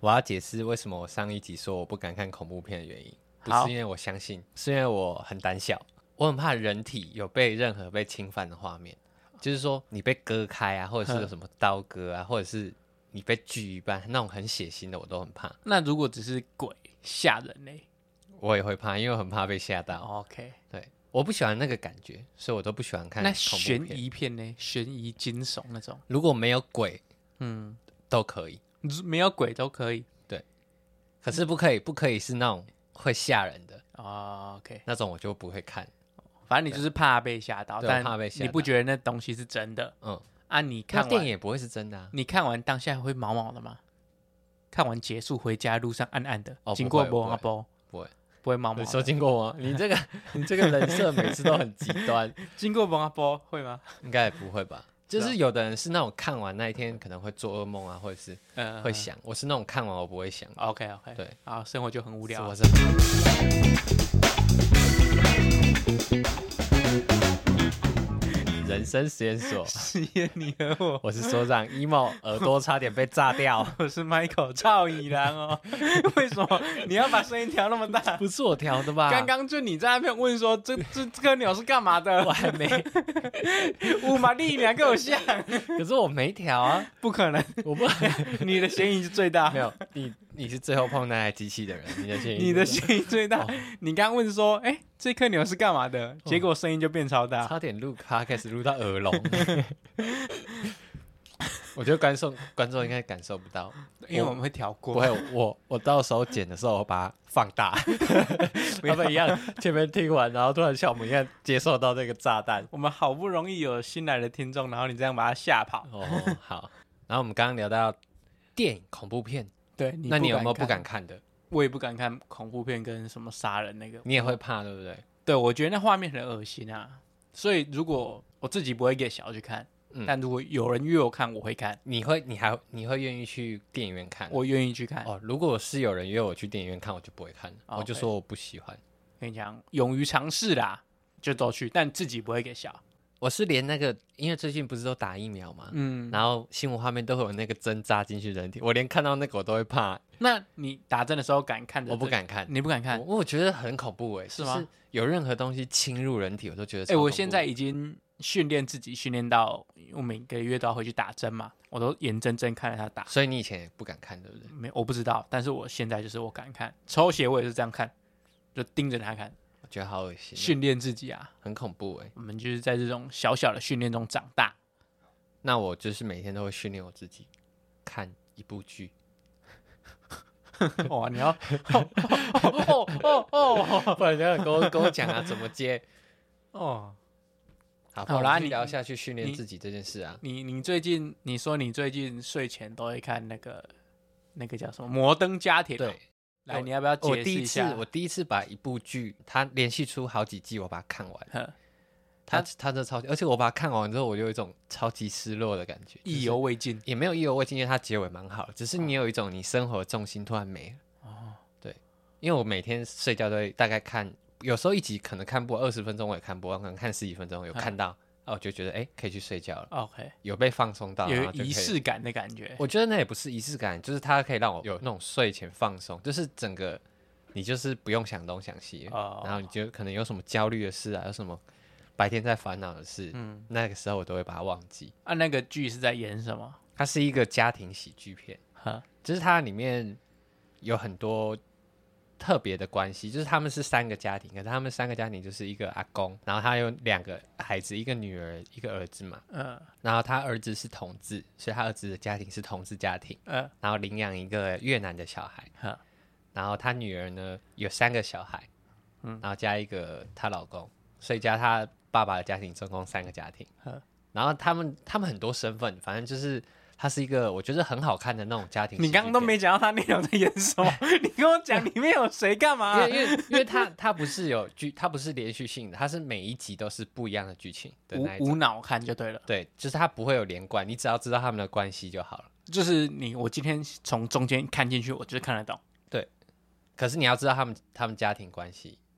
我要解释为什么我上一集说我不敢看恐怖片的原因，不是因为我相信，是因为我很胆小，我很怕人体有被任何被侵犯的画面，就是说你被割开啊，或者是有什么刀割啊，或者是你被锯一半，那种很血腥的我都很怕。 那如果只是鬼吓人嘞？ 我也会怕，因为我很怕被吓到。 OK， 对，我不喜欢那个感觉，所以我都不喜欢看恐怖片。 那悬疑片呢？悬疑惊悚那种， 如果没有鬼，都可以。 没有鬼都可以。 对，可是不可以是那种会吓人的。 OK， 那种我就不会看。 反正你就是怕被吓到，但怕被吓到， 你不觉得那东西是真的？你看完电影也不会是真的啊。 你看完当下会毛毛的吗？看完结束回家路上暗暗的，经过波阿波不会毛毛的。 你说经过吗？你这个人设每次都很极端。 经过波阿波会吗？ 应该也不会吧。就是有的人是那种看完那一天可能会做噩梦啊，或者是会想。我是那种看完我不会想。 OK， 对， 啊，生活就很无聊。 我是人生实验所， 实验你和我。 我是所长 emo， 耳朵差点被炸掉。 我是 Michael， 操你郎哦！为什么你要把声音调那么大？ 不是我调的吧？ 刚刚就你在那边问说这颗鸟是干嘛的？ 我还没。 乌玛丽，你还跟我像？ 可是我没调啊， 不可能， 我不， 你的嫌疑是最大。 没有，你是最后碰那台机器的人，你的嫌疑最大。你刚问说，这颗鸟是干嘛的？结果声音就变超大， 差点录Podcast录到耳聋。我觉得观众应该感受不到， 因为我们会调过。 不会，我到时候剪的时候我把它放大，他们一样前面听完，然后突然像我们一样接受到这个炸弹。 我们好不容易有新来的听众，然后你这样把他吓跑。 好。然后我们刚刚聊到电影恐怖片， 对， 那你有没有不敢看的？ 我也不敢看恐怖片跟什么杀人那个。 你也会怕，对不对？ 对，我觉得那画面很恶心啊。所以如果我自己不会给小孩去看，但如果有人约我看，我会看。你会愿意去电影院看？ 我愿意去看。 如果是有人约我去电影院看，我就不会看，我就说我不喜欢。 跟你讲，勇于尝试啦，就都去，但自己不会给小孩。 我是连那个，因为最近不是都打疫苗嘛，然后新闻画面都会有那个针扎进去人体，我连看到那个我都会怕。 那你打针的时候敢看着？ 我不敢看。 你不敢看？ 我觉得很恐怖是吗？就是有任何东西侵入人体，我都觉得超恐怖。 我现在已经训练自己，训练到我每个月都要回去打针嘛，我都眼睁睁看着他打。 所以你以前也不敢看，对不对？ 没，我不知道，但是我现在就是我敢看。抽血我也是这样看，就盯着他看。 觉得好恶心， 训练自己啊， 很恐怖我们就是在这种小小的训练中长大。 那我就是每天都会训练我自己看一部剧。 哇，你要不然你要跟我讲啊，怎么接？好啦，你聊下去训练自己这件事啊。 你最近你说你最近睡前都会看那个叫什么《摩登家庭》？对。来，你要不要解释一下？ 我第一次把一部剧，它连续出好几季，我把它看完。它真的超级，而且我把它看完之后，我就有一种超级失落的感觉， 意犹未尽。 也没有意犹未尽，因为它结尾蛮好的，只是你有一种你生活的重心突然没了。对，因为我每天睡觉都会大概看，有时候一集可能看不完20分钟，我也看不完，可能看10几分钟有看到。我就觉得可以去睡觉了。 OK， 有被放松到， 有仪式感的感觉。 我觉得那也不是仪式感，就是它可以让我有那种睡前放松，就是整个你就是不用想东想西，然后你就可能有什么焦虑的事啊，有什么白天在烦恼的事，那个时候我都会把它忘记。 那个剧是在演什么？ 它是一个家庭喜剧片，就是它里面有很多特别的关系，就是他们是3个家庭，可是他们3个家庭就是一个阿公，然后他有2个孩子，一个女儿一个儿子嘛，然后他儿子是同志，所以他儿子的家庭是同志家庭，然后领养一个越南的小孩，然后他女儿呢有3个小孩，然后加一个她老公，所以加他爸爸的家庭总共3个家庭，然后他们很多身份，反正就是它是一个我觉得很好看的那种家庭喜剧片。 你刚刚都没讲到他内容在演什么，你跟我讲里面有谁干嘛？ 因为它不是它不是连续性的，它是每一集都是不一样的剧情的那一种， 无脑看就对了。 对，就是它不会有连贯，你只要知道他们的关系就好了。 就是我今天从中间看进去，我就是看得懂。 对，可是你要知道他们家庭关系，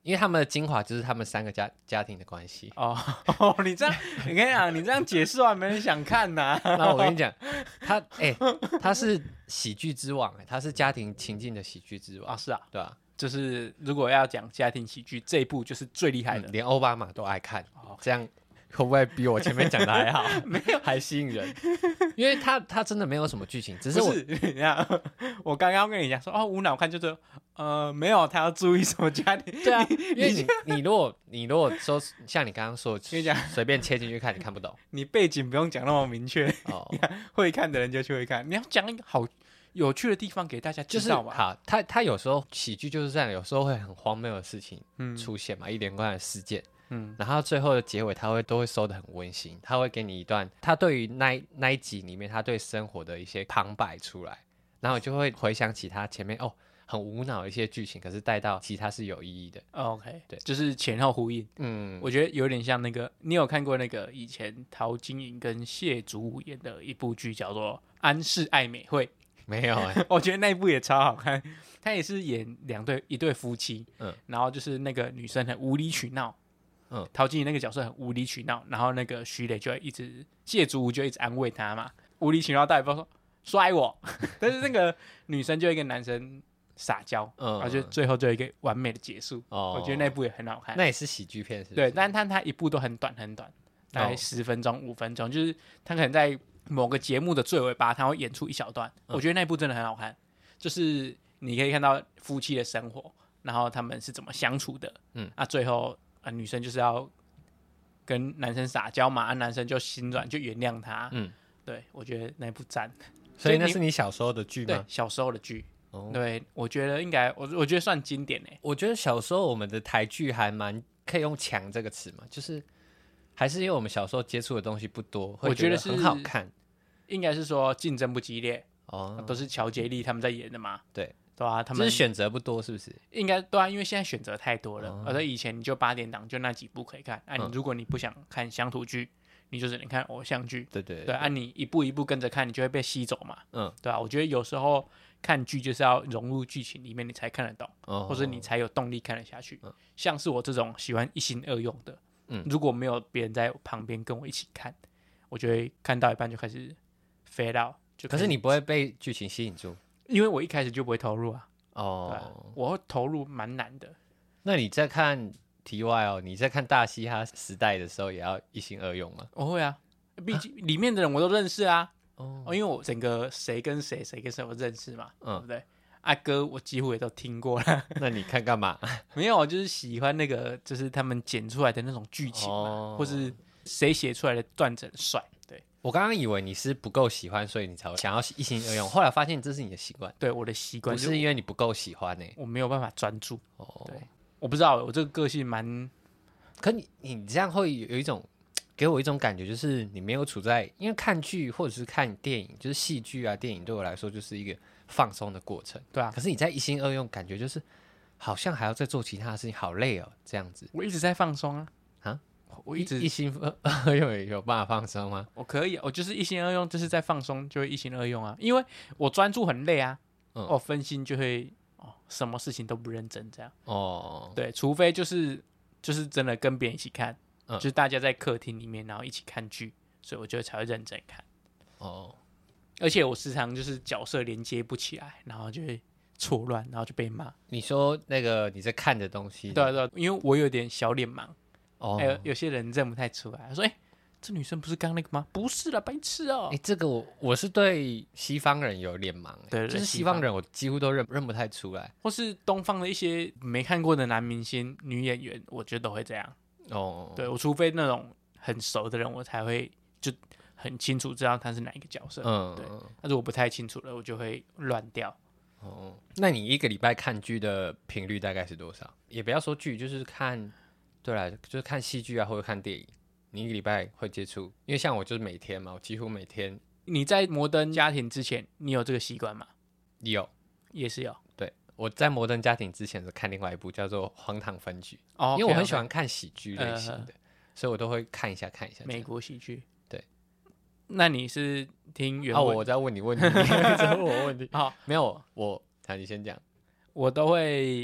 因为他们的精华就是他们3个家庭的关系。 哦，你这样，你跟你讲，你这样解释完没人想看呐。 那我跟你讲，他是喜剧之王，他是家庭情境的喜剧之王啊，是啊， 对啊， 就是如果要讲家庭喜剧，这一部就是最厉害的， 连奥巴马都爱看，这样会不会比我前面讲的还好？ 没有， 还吸引人，因为他真的没有什么剧情，只是我刚刚跟你讲说无脑看就是没有，他要注意什么家庭？ 对啊，因为你如果说像你刚刚说，跟你讲随便切进去看，你看不懂， 你背景不用讲那么明确哦，会看的人就去会看，你要讲一个好有趣的地方给大家知道嘛。 好，他有时候喜剧就是这样，有时候会很荒谬的事情出现嘛，一连贯的事件。然后最后的结尾都会收得很温馨，他会给你一段他对于那一集里面他对生活的一些旁白出来，然后就会回想起他前面很无脑的一些剧情，可是带到其他是有意义的。 OK， 对，就是前后呼应。我觉得有点像那个，你有看过那个以前陶晶莹跟谢祖武演的一部剧，叫做《安室爱美惠》。 没有我觉得那一部也超好看。他也是演一对夫妻，然后就是那个女生很无理取闹。陶晶莹那个角色很无理取闹，然后那个徐磊就一直谢祖武就一直安慰他嘛，无理取闹代表说摔我，但是那个女生就会跟男生撒娇，然后就最后就有一个完美的结束。我觉得那部也很好看。 那也是喜剧片是不是？ 对，但它一部都很短很短，大概10分钟5分钟，就是他可能在某个节目的最尾巴他会演出一小段。我觉得那部真的很好看，就是你可以看到夫妻的生活，然后他们是怎么相处的。最后女生就是要跟男生撒娇嘛，男生就心软就原谅他。对，我觉得那部赞。 所以那是你小时候的剧吗？ 对，小时候的剧。对，我觉得应该，我觉得算经典欸。 我觉得小时候我们的台剧还蛮可以用强这个词嘛，就是还是因为我们小时候接触的东西不多， 我觉得很好看。 应该是说竞争不激烈都是乔杰利他们在演的嘛。对啊，他们就是选择不多，是不是？ 应该对啊，因为现在选择太多了。而且以前你就8点档就那几部可以看，如果你不想看乡土剧，你就只能看偶像剧。对，你一步一步跟着看，你就会被吸走嘛。对啊，我觉得有时候看剧就是要融入剧情里面，你才看得懂，或者你才有动力看得下去。像是我这种喜欢一心二用的，如果没有别人在旁边跟我一起看，我就会看到一半就开始fade out。 可是你不会被剧情吸引住？ 因为我一开始就不会投入啊。我会投入蛮难的。 那你在看题外你在看大嘻哈时代的时候也要一心二用吗？ 我会啊，毕竟里面的人我都认识啊。因为我整个谁跟谁我认识嘛，对不对？歌我几乎也都听过了。 那你看干嘛？ 没有，就是喜欢那个，就是他们剪出来的那种剧情嘛，或是谁写出来的段子很帅。对， 我刚刚以为你是不够喜欢，所以你才想要一心二用，后来发现这是你的习惯。 对，我的习惯不是因为你不够喜欢我没有办法专注。对，我不知道，我这个个性蛮…… 可你这样会有一种给我一种感觉，就是你没有处在，因为看剧或者是看电影，就是戏剧啊电影对我来说就是一个放松的过程。 对啊， 可是你在一心二用，感觉就是好像还要再做其他的事情，好累哦，这样子。 我一直在放松啊。我一直一心二用有办法放松吗？ 我可以，我就是一心二用，就是在放松就会一心二用啊，因为我专注很累啊，分心就会什么事情都不认真这样。对，除非就是真的跟别人一起看，就是大家在客厅里面，然后一起看剧，所以我就才会认真看。而且我时常就是角色连接不起来，然后就会错乱，然后就被骂。 你说那个你在看的东西？ 对，因为我有点小脸盲。有些人认不太出来，说这女生不是刚那个吗？不是啦，白痴哦。 这个我是对西方人有脸盲， 对， 就是西方人我几乎都认不太出来， 或是东方的一些没看过的男明星、女演员，我觉得都会这样。对，我除非那种很熟的人，我才会就很清楚知道他是哪一个角色。对，但是我不太清楚了，我就会乱掉。 那你一个礼拜看剧的频率大概是多少？也不要说剧，就是看。对啦，就是看戏剧啊，或者看电影。你一个礼拜会接触，因为像我就是每天嘛，我几乎每天。 你在摩登家庭之前，你有这个习惯吗？ 有， 也是有。 对，我在摩登家庭之前是看另外一部叫做《荒唐分局》，因为我很喜欢看喜剧类型的，所以我都会看一下。 美国喜剧。 对， 那你是听原文？ 我在问你问题，问我问题。好，没有你先讲。 我都会。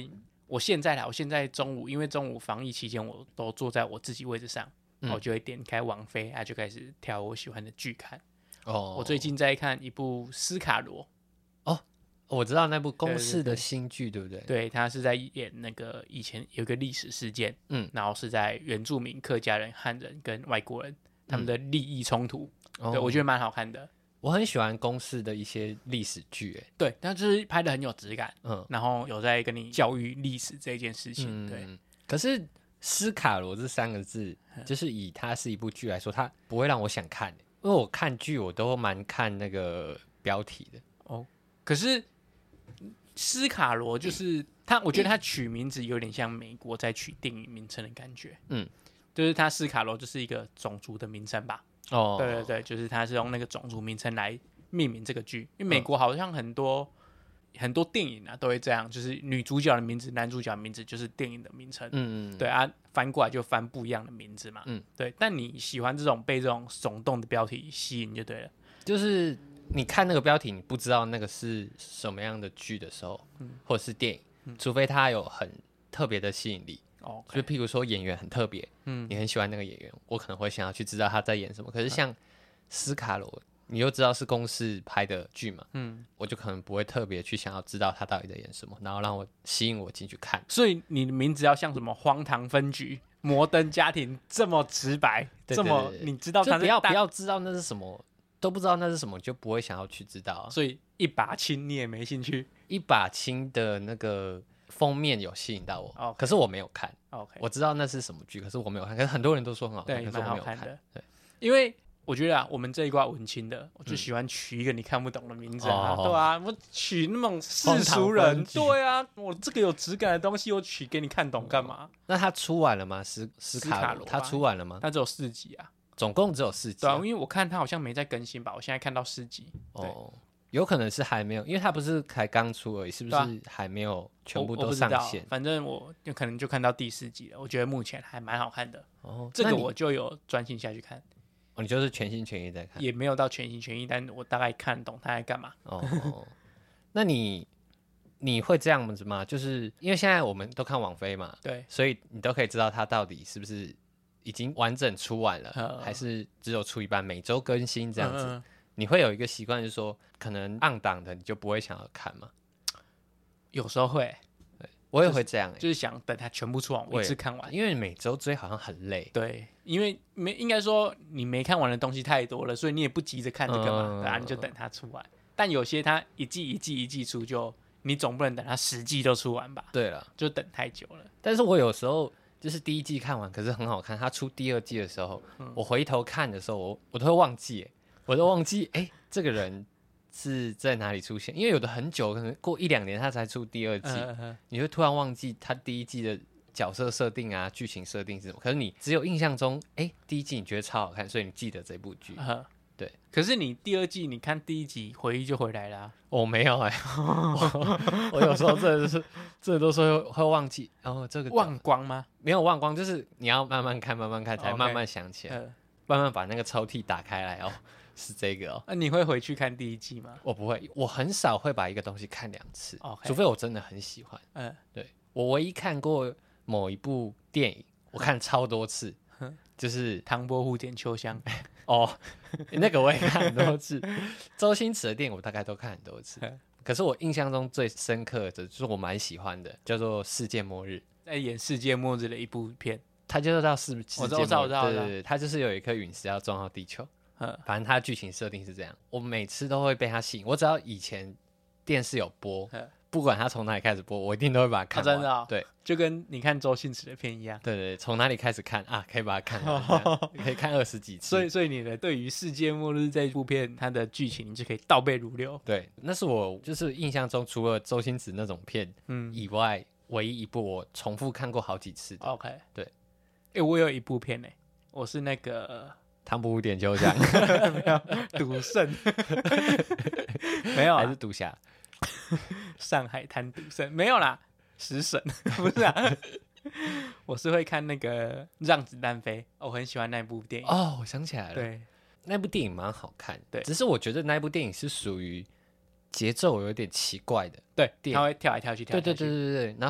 我现在中午，因为中午防疫期间我都坐在我自己位置上，我就会点开网飞，就开始挑我喜欢的剧看。我最近在看一部斯卡罗。 我知道那部公视的新剧，对不对？ 对，他是在演那个以前有一个历史事件，然后是在原住民客家人、汉人跟外国人他们的利益冲突，对，我觉得蛮好看的。 我很喜欢公视的一些历史剧， 对，但就是拍的很有质感，然后有在跟你教育历史这件事情，对。 可是斯卡罗这3个字，就是以它是一部剧来说，它不会让我想看，因为我看剧我都蛮看那个标题的。 可是斯卡罗就是他，我觉得他取名字有点像美国在取电影名称的感觉。就是他斯卡罗就是一个种族的名称吧。对，就是他是用那个种族名称来命名这个剧，因为美国好像很多电影都会这样，就是女主角的名字、男主角的名字就是电影的名称。对啊，翻过来就翻不一样的名字嘛。对。但你喜欢这种被这种耸动的标题吸引就对了， 就是你看那个标题，你不知道那个是什么样的剧的时候，或者是电影，除非它有很特别的吸引力。就譬如说演员很特别，你很喜欢那个演员，我可能会想要去知道他在演什么。可是像斯卡罗，你又知道是公视拍的剧嘛，我就可能不会特别去想要知道他到底在演什么，然后让我吸引我进去看。 所以你的名字要像什么荒唐分局、摩登家庭这么直白，这么你知道他就不要知道那是什么。都不知道那是什么，就不会想要去知道。 所以一把青你也没兴趣。 一把青的那个封面有吸引到我，可是我没有看。我知道那是什么剧，可是我没有看。可是很多人都说很好看，可是我没有看的。对， 因为我觉得我们这一挂文青的，我就喜欢取一个你看不懂的名字对啊，我取那种世俗人，对啊，我这个有质感的东西，我取给你看懂干嘛？ 那它出完了吗？斯卡罗，它出完了吗？ 它只有4集啊。 总共只有4集。 对啊，因为我看他好像没在更新吧，我现在看到4集。 有可能是还没有，因为他不是才刚出而已，是不是还没有全部都上线？ 反正我有可能就看到第4集了，我觉得目前还蛮好看的。这个我就有专心下去看。 你就是全心全意在看？ 也没有到全心全意，但我大概看懂他在干嘛。 那你会这样子吗？就是因为现在我们都看网飞嘛， 对， 所以你都可以知道他到底是不是已经完整出完了，还是只有出一半，每周更新这样子。你会有一个习惯，就是说可能按档的你就不会想要看吗？ 有时候会， 我也会这样， 就是想等它全部出完，我一次看完。 因为每周追好像很累。 对，因为应该说你没看完的东西太多了，所以你也不急着看这个嘛，对啊，你就等它出完。但有些它一季出就，你总不能等它10季都出完吧？ 对了， 就等太久了。 但是我有时候就是第1季看完，可是很好看，它出第2季的时候，我回头看的时候，我都会忘记，这个人是在哪里出现？因为有的很久，可能过1-2年他才出第2季，你会突然忘记他第1季的角色设定啊、剧情设定是什么。可是你只有印象中，第1季你觉得超好看，所以你记得这部剧。对， 可是你第2季你看第1集，回忆就回来啦。 我没有我有时候这都是会忘记。这个忘光吗？ 没有忘光，就是你要慢慢看，才慢慢想起来，慢慢把那个抽屉打开来是这个那你会回去看第1季吗？ 我不会，我很少会把一个东西看2次，除非我真的很喜欢。对，我唯一看过某一部电影，我看超多次，就是 《唐伯虎点秋香》 那个我也看很多次。周星驰的电影我大概都看很多次，可是我印象中最深刻的就是我蛮喜欢的，叫做《世界末日》， 在演世界末日的一部片。 它就是叫世界末日， 我知道， 对，它就是有一颗陨石要撞到地球。反正它的剧情设定是这样，我每次都会被它吸引。我只要以前电视有播，不管它从哪里开始播，我一定都会把它看完。 真的对， 就跟你看周星驰的片一样。 对，从哪里开始看可以把它看完，可以看20几次。 所以你的对于《世界末日》这部片它的剧情，你就可以倒背如流。 对，那是我就是印象中除了周星驰那种片以外，唯一一部我重复看过好几次的。 OK， 对， 我有一部片我是那个。 唐伯虎点秋香没有赌圣没有还是赌侠上海滩赌圣没有啦，食神不是啊我是会看那个让子弹飞，我很喜欢那部电影。 我想起来了， 对， 那部电影蛮好看， 对， 只是我觉得那部电影是属于节奏有点奇怪的， 对，他会跳来跳去， 对，然后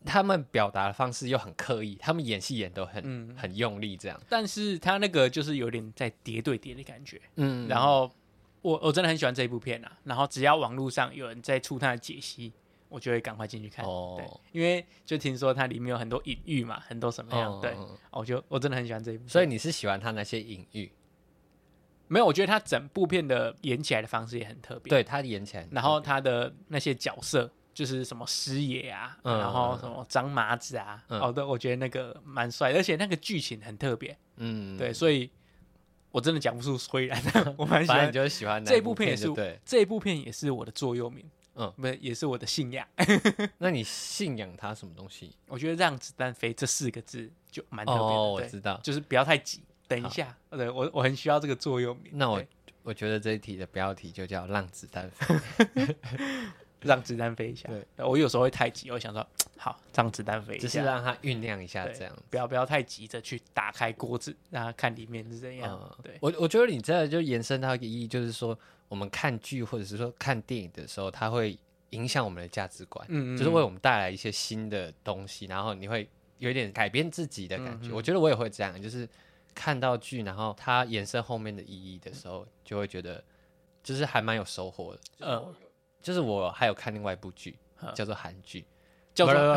他们表达的方式又很刻意，他们演戏演都很用力这样。 但是他那个就是有点在叠对叠的感觉。然后我真的很喜欢这一部片啊。然后只要网络上有人在出他的解析，我就会赶快进去看。对，因为就听说它里面有很多隐喻嘛，很多什么样。对，我真的很喜欢这一部片。 所以你是喜欢他那些隐喻？ 没有，我觉得他整部片的演起来的方式也很特别。 对，他演起来， 然后他的那些角色，就是什么师爷啊，然后什么张麻子啊，对，我觉得那个蛮帅，而且那个剧情很特别。对，所以我真的讲不出所以然，我蛮喜欢。 反正你就是喜欢这部片，也是这一部片也是我的座右铭。不是，也是我的信仰。 那你信仰他什么东西？ 我觉得让子弹飞这4个字就蛮特别的。 我知道， 就是不要太急。等一下，对，我很需要这个座右铭。 那我觉得这一题的标题就叫让子弹飞。 让子弹飞一下。对，我有时候会太急，我想说好让子弹飞一下， 只是让它酝酿一下这样。 不要太急着去打开锅子，让它看里面是怎样。对， 我觉得你这就延伸到一个意义，就是说我们看剧或者是说看电影的时候，它会影响我们的价值观，就是为我们带来一些新的东西，然后你会有一点改变自己的感觉。我觉得我也会这样，就是看到剧，然后它延伸后面的意义的时候，就会觉得就是还蛮有收获的。就是我还有看另外一部剧，叫做韩剧， 叫做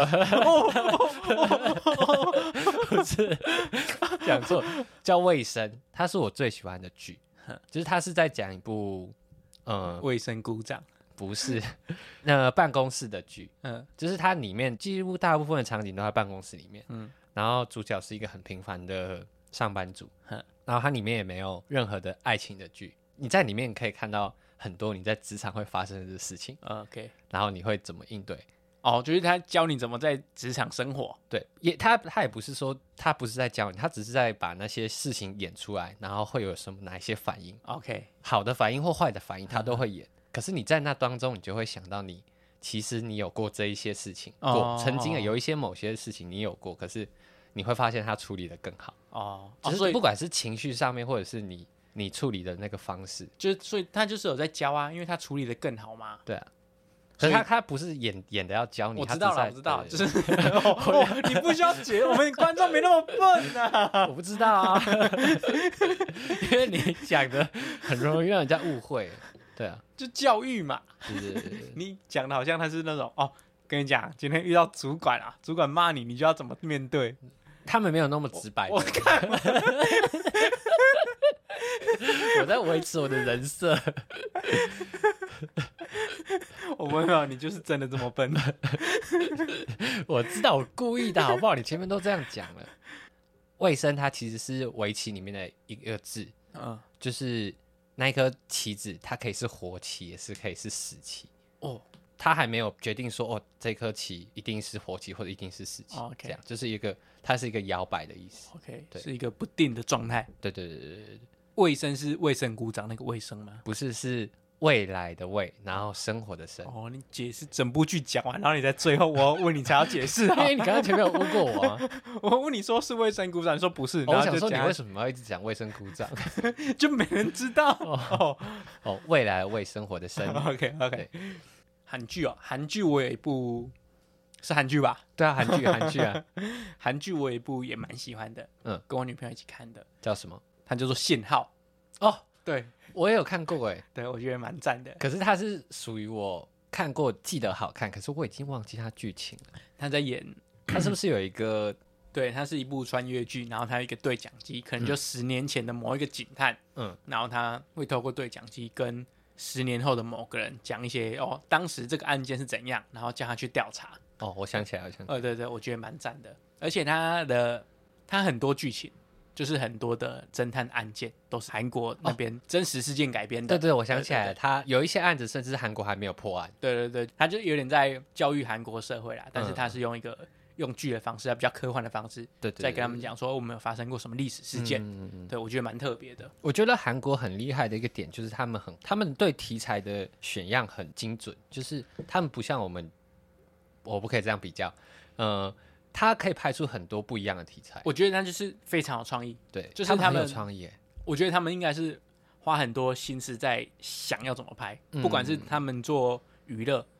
不是讲错，叫《卫生》，它是我最喜欢的剧，就是它是在讲一部卫生股长。 不是，那办公室的剧，就是它里面几乎大部分的场景都在办公室里面，然后主角是一个很平凡的上班族，然后它里面也没有任何的爱情的剧，你在里面可以看到很多你在职场会发生的事情 ，OK， 然后你会怎么应对？ 就是他教你怎么在职场生活。 对，他也不是说他不是在教你，他只是在把那些事情演出来，然后会有哪一些反应 ，OK， 好的反应或坏的反应他都会演。可是你在那当中，你就会想到其实你有过这一些事情过，曾经有一些某些事情你有过，可是你会发现他处理的更好就是不管是情绪上面，或者是你处理的那个方式， 所以他就是有在教啊，因为他处理的更好嘛。 对啊，可是他不是演的要教你， 我知道了，我知道，就是你不需要解，我们观众没那么笨啊。 我不知道啊，因为你讲的很容易让人家误会。对啊， 就教育嘛。你讲的好像他是那种跟你讲，今天遇到主管啊，主管骂你，你就要怎么面对。 他们没有那么直白。 我看， 我在维持我的人设。 我问了，你就是真的这么笨？ 我知道，我故意的，好不好？你前面都这样讲了。卫生它其实是围棋里面的一个字，就是那一颗棋子，它可以是活棋，也是可以是死棋。它还没有决定说这颗棋一定是活棋或者一定是死棋，这样就是它是一个摇摆的意思。 OK， 是一个不定的状态。 对。 卫生是卫生股长那个卫生吗？ 不是，是未来的未，然后生活的生。 你解释整部剧讲完，然后你在最后我问你才要解释， 因为你刚刚前面有问过我啊。 我问你说是卫生股长，你说不是， 我想说你为什么要一直讲卫生股长？ 就没人知道。 未来的未，生活的生。 OK。韩剧我有一部是韩剧吧？ 对啊，韩剧啊。 韩剧我有一部也蛮喜欢的，跟我女朋友一起看的， 叫什么？ 它叫做《信号》。对， 我也有看过哎， 对，我觉得蛮赞的。 可是它是属于我看过，记得好看，可是我已经忘记它剧情了。 他在演， 他是不是有一个？ 对，它是一部穿越剧，然后它有一个对讲机，可能就10年前的某一个警探，然后他会透过对讲机跟10年后的某个人讲一些当时这个案件是怎样，然后叫他去调查。 我想起来了， 对，我觉得蛮赞的，而且他很多剧情。就是很多的侦探案件都是韩国那边真实事件改编的。 对，我想起来了，他有一些案子甚至是韩国还没有破案。 对，他就有点在教育韩国社会啦，但是他是用剧的方式，比较科幻的方式，在跟他们讲说我们有发生过什么历史事件。对，我觉得蛮特别的。 我觉得韩国很厉害的一个点就是他们对题材的选样很精准，就是他们不像我们，我不可以这样比较，他可以拍出很多不一样的题材， 我觉得那就是非常有创意。 对， 就是他们有创意。 我觉得他们应该是花很多心思在想要怎么拍，不管是他们做娱乐，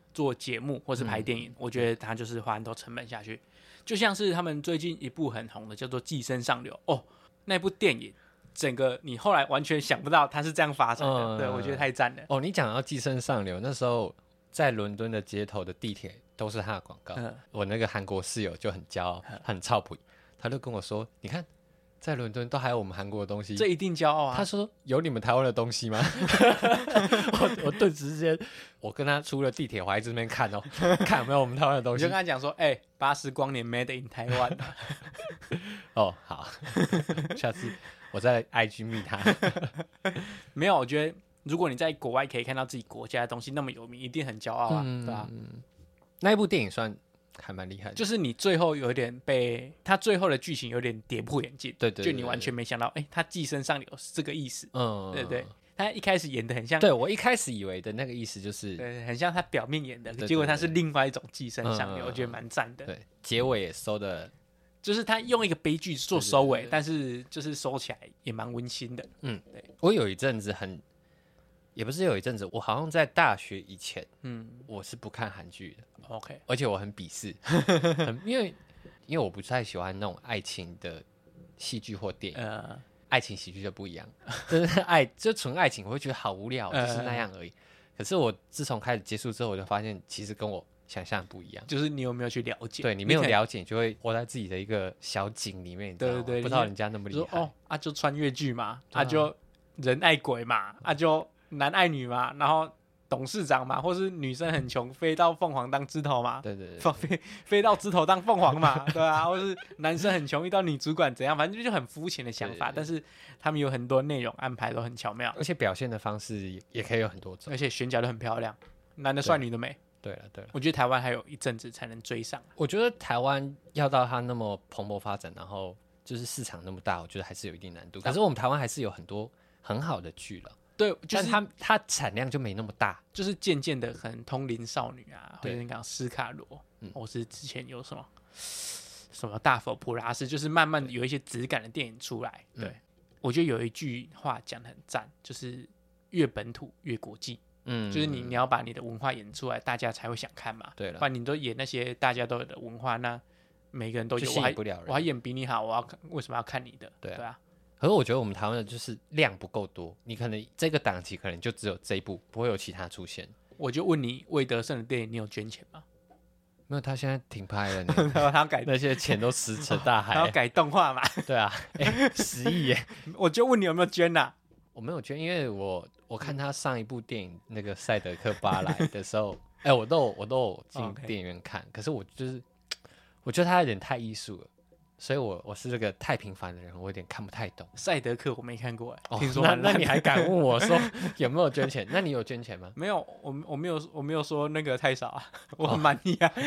做节目或是拍电影，我觉得他就是花很多成本下去。就像是他们最近一部很红的叫做《寄生上流》哦，那部电影整个你后来完全想不到它是这样发展的，对我觉得太赞了。 哦，你讲到《寄生上流》，那时候在伦敦的街头的地铁都是他的广告。我那个韩国室友就很骄傲，很操谱，他就跟我说：“你看，在伦敦都还有我们韩国的东西， 这一定骄傲啊。” 他说：“有你们台湾的东西吗？”我顿时之间，我跟他出了地铁，我还在这边看哦，看有没有我们台湾的东西。 我就跟他讲说：“80光年 Made in 台湾。” 哦，好，下次我再 IG 密他。 没有，我觉得如果你在国外可以看到自己国家的东西那么有名，一定很骄傲啊，对吧？ 那一部电影算还蛮厉害的， 就是你最后有点被他最后的剧情有点跌破眼镜， 对， 就你完全没想到，他寄生上流是这个意思，对不对？他一开始演的很像， 对我一开始以为的那个意思就是， 对，很像他表面演的，结果他是另外一种寄生上流，我觉得蛮赞的。 对，结尾也收的。 就是他用一个悲剧做收尾，但是就是收起来也蛮温馨的。对。 我有一阵子也不是有一阵子，我好像在大学以前，我是不看韩剧的。 OK， 而且我很鄙视，因为我不太喜欢那种爱情的戏剧或电影。爱情喜剧就不一样，就纯爱情，我会觉得好无聊，就是那样而已。可是我自从开始接触之后，我就发现其实跟我想象不一样， 就是你有没有去了解？ 对，你没有了解，你就会活在自己的一个小井里面，对，不知道人家那么厉害。就穿越剧嘛，就人爱鬼嘛，就男爱女嘛，然后董事长嘛，或是女生很穷，飞到凤凰当枝头嘛， 对， 飞到枝头当凤凰嘛，对啊，或是男生很穷遇到女主管怎样，反正就很肤浅的想法，但是他们有很多内容安排都很巧妙， 而且表现的方式也可以有很多种， 而且选角都很漂亮，男的帅，女的美。 对了， 我觉得台湾还有一阵子才能追上。 我觉得台湾要到它那么蓬勃发展，然后就是市场那么大，我觉得还是有一定难度。可是我们台湾还是有很多很好的剧了， 对，就是它产量就没那么大， 就是渐渐的很通灵少女啊，或者你讲斯卡罗，或是之前有什么大佛普拉斯，就是慢慢的有一些质感的电影出来。对，我觉得有一句话讲得很赞，就是越本土越国际。就是你要把你的文化演出来，大家才会想看嘛。 对了， 不然你都演那些大家都有的文化，那每个人都有， 吸引不了人。 我还演比你好，为什么要看你的？对啊。 可是我觉得我们台湾的就是量不够多，你可能这个档期可能就只有这一部，不会有其他出现。 我就问你，魏德胜的电影你有捐钱吗？ 没有，他现在停拍了， 他要改那些钱都石沉大海。 他要改动画嘛？ 对啊，10亿耶！ 我就问你有没有捐呐？ 我没有捐，因为我看他上一部电影那个《赛德克巴莱》的时候，我都有进电影院看，可是我觉得他有点太艺术了，所以我是这个太平凡的人，我有点看不太懂。 赛德克我没看过听说那你还敢问我说有没有捐钱？那你有捐钱吗？ 没有，我没有说那个太少啊，我很满意啊。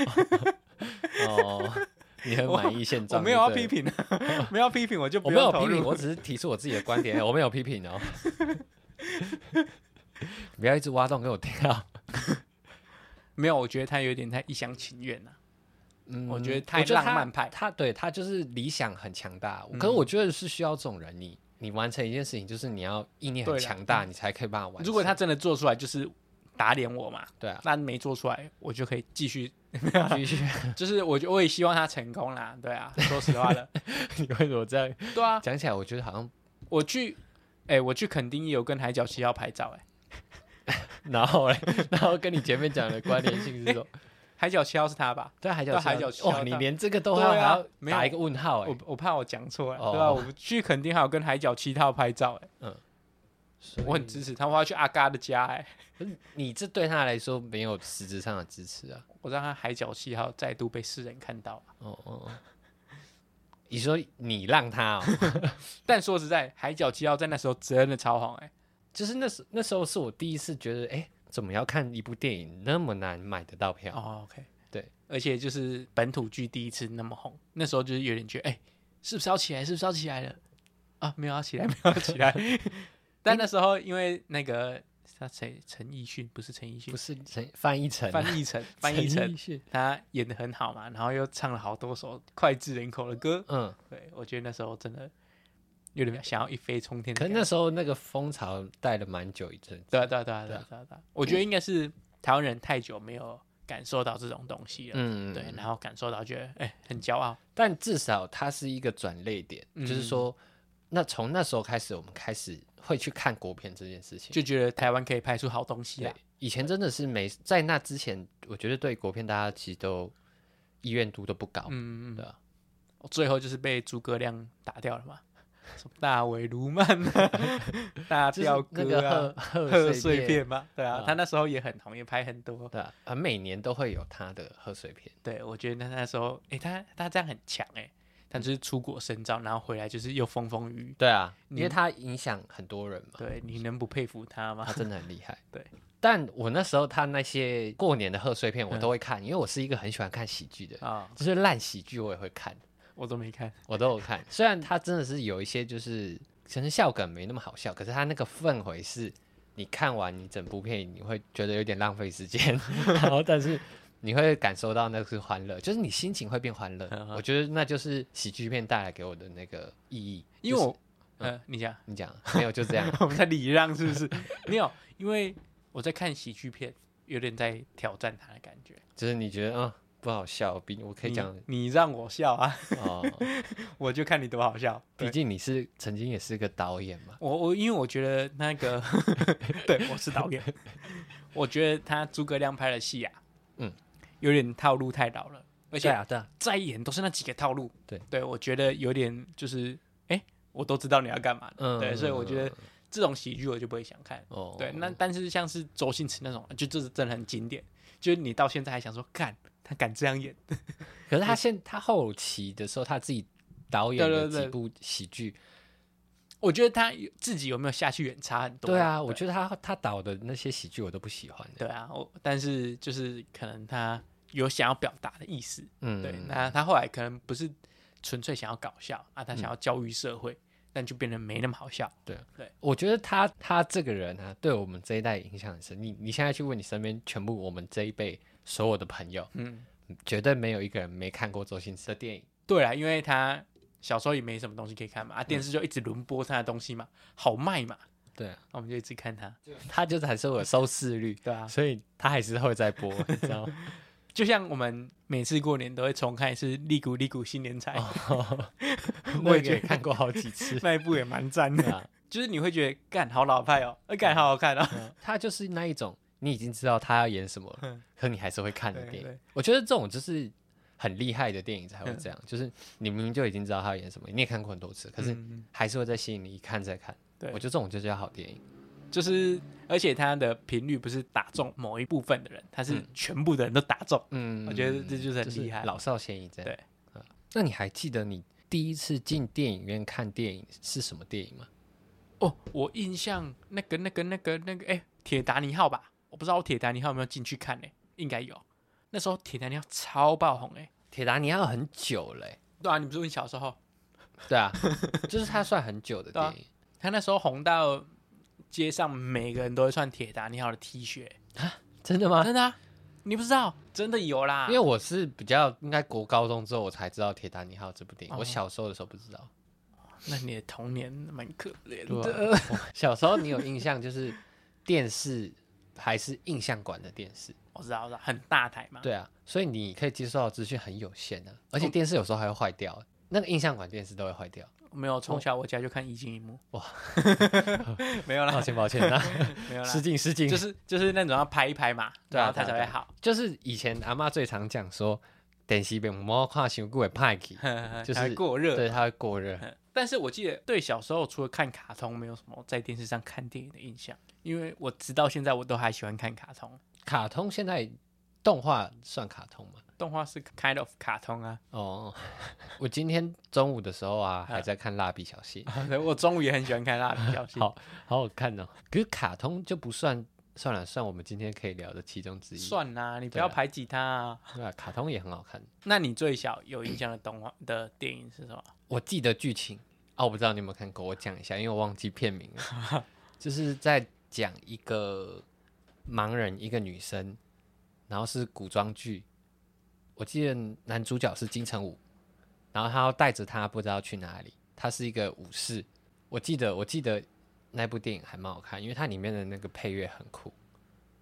你很满意现状？ 我没有要批评，没有批评我就不用投入。我没有批评，我只是提出我自己的观点，我没有批评哦。不要一直挖洞给我跳。 没有，我觉得他有点太一厢情愿了。我觉得太浪漫派。 他就是理想很强大，可是我觉得是需要这种人，你完成一件事情，就是你要意念很强大，你才可以办法完成。 如果他真的做出来，就是打脸我嘛。 对啊， 那没做出来，我就可以继续，就是我也希望他成功啦。对啊，说实话了。 你为什么这样？ 对啊， 讲起来我觉得好像我去垦丁也有跟海角7号拍照然后跟你前面讲的关联性是说， 海角7号是他吧？ 对，海角7号。你连这个都还要打一个问号我怕我讲错对吧？我去垦丁还有跟海角7号拍照我很支持他，我要去阿嘎的家你这对他来说没有实质上的支持啊！ 我让他海角7号再度被世人看到你说你让他但说实在，海角7号在那时候真的超红就是那时候是我第一次觉得怎么要看一部电影那么难买得到票 ？OK， 对， 而且就是本土剧第一次那么红，那时候就是有点觉得是不是要起来？是不是要起来了？啊，没有要起来，没有要起来。但那时候因为那个他陈奕迅不是陈奕迅， 不是范逸臣， 他演得很好嘛，然后又唱了好多首脍炙人口的歌。对，我觉得那时候真的有点想要一飞冲天的。 可是那时候那个风潮带了蛮久一阵子。 对，我觉得应该是台湾人太久没有感受到这种东西了，对，然后感受到觉得很骄傲。 但至少它是一个转捩点，就是说，那从那时候开始，我们开始会去看国片这件事情， 就觉得台湾可以拍出好东西啊。 以前真的是在那之前，我觉得对国片大家其实都意愿度都不高，对吧？ 最后就是被诸葛亮打掉了嘛，什么大尾卢曼大吊哥啊，贺岁片嘛，对啊，他那时候也很红，也拍很多， 对啊，每年都会有他的贺岁片。 对，我觉得那时候，他这样很强他就是出国深造，然后回来就是又风风雨雨。 对啊，因为他影响很多人嘛。 对，你能不佩服他吗？ 他真的很厉害。 对。 但我那时候他那些过年的贺岁片我都会看，因为我是一个很喜欢看喜剧的，就是烂喜剧我也会看。 我都没看， 我都有看。虽然他真的是有一些就是可能笑梗没那么好笑，可是他那个氛围是你看完你整部片你会觉得有点浪费时间，然后但是你会感受到那是欢乐，就是你心情会变欢乐。我觉得那就是喜剧片带来给我的那个意义。 因为我，你讲没有就这样， 我们在礼让是不是？没有，因为我在看喜剧片，有点在挑战他的感觉。 就是你觉得不好笑，我可以讲你让我笑啊，我就看你多好笑。 毕竟你曾经也是个导演嘛。 因为我觉得那个，对，我是导演，我觉得他诸葛亮拍的戏啊，有点套路太老了，而且再演都是那几个套路。对，我觉得有点就是，我都知道你要干嘛的，对，所以我觉得这种喜剧我就不会想看。对，那但是像是周星驰那种，就这是真的很经典，就是你到现在还想说，干他敢这样演。 可是他后期的时候，他自己导演的几部喜剧， 我觉得他自己有没有下去演差很多。 对啊，我觉得他导的那些喜剧我都不喜欢。 对啊，但是就是可能他有想要表达的意思。对，那他后来可能不是纯粹想要搞笑啊，他想要教育社会，但就变得没那么好笑。 对，我觉得他这个人啊，对我们这一代影响很深。你现在去问你身边全部我们这一辈所有的朋友，绝对没有一个人没看过周星驰的电影。 对啊，因为他小时候也没什么东西可以看嘛，电视就一直轮播他的东西嘛，好卖嘛。 对啊， 那我们就一直看他就是还是有收视率。 对啊， 所以他还是会再播，你知道吗？ 就像我们每次过年都会重看一次《利古利古新年财》， 我也看过好几次， 那一部也蛮赞的。就是你会觉得干好老派哦，干好好看哦。 他就是那一种你已经知道他要演什么了，可你还是会看的电影。我觉得这种就是很厉害的电影才会这样，就是你明明就已经知道他要演什么，你也看过很多次，可是还是会再吸引你一看再看。我觉得这种就叫好电影。 就是而且它的频率不是打中某一部分的人，它是全部的人都打中。我觉得这就是很厉害， 老少咸宜这样。 对， 那你还记得你第一次进电影院看电影是什么电影吗？ 我印象那个铁达尼号吧，我不知道铁达尼号有没有进去看呢？应该有。那时候铁达尼号超爆红铁达尼号很久了。 对啊，你不是问小时候？ 对啊，就是它算很久的电影。 它那时候红到街上每个人都会穿铁达尼号的 T 恤啊？真的吗？ 真的啊，你不知道？真的有啦。 因为我是比较应该国高中之后我才知道铁达尼号这部电影，我小时候的时候不知道。 那你的童年蛮可怜的。 小时候你有印象就是电视还是印象馆的电视？ 我知道，很大台嘛。 对啊，所以你可以接受到资讯很有限啊，而且电视有时候还会坏掉，那个印象馆电视都会坏掉。 没有，从小我家就看液晶萤幕。哇，没有啦， 抱歉啦， 没有啦， 失敬， 就是那种要拍一拍嘛，然后它才会好。 就是以前阿嬷最常讲说，电视边莫看太久会坏去，就是过热， 对，它会过热。 但是我记得对小时候除了看卡通，没有什么在电视上看电影的印象，因为我直到现在我都还喜欢看卡通。 卡通现在动画算卡通吗？ 动画是 kind of 卡通啊。 我今天中午的时候啊，还在看蜡笔小新。 我中午也很喜欢看蜡笔小新， 好看哦。可是卡通就不算我们今天可以聊的其中之一。 算啦，你不要排挤它啊。 对啊，卡通也很好看。 那你最小有印象的动画的电影是什么？ 我记得剧情我不知道你有没有看过，我讲一下，因为我忘记片名了。就是在讲一个盲人，一个女生，然后是古装剧。我记得男主角是金城武，然后他要带着他不知道去哪里，他是一个武士。我记得那部电影还蛮好看，因为它里面的那个配乐很酷。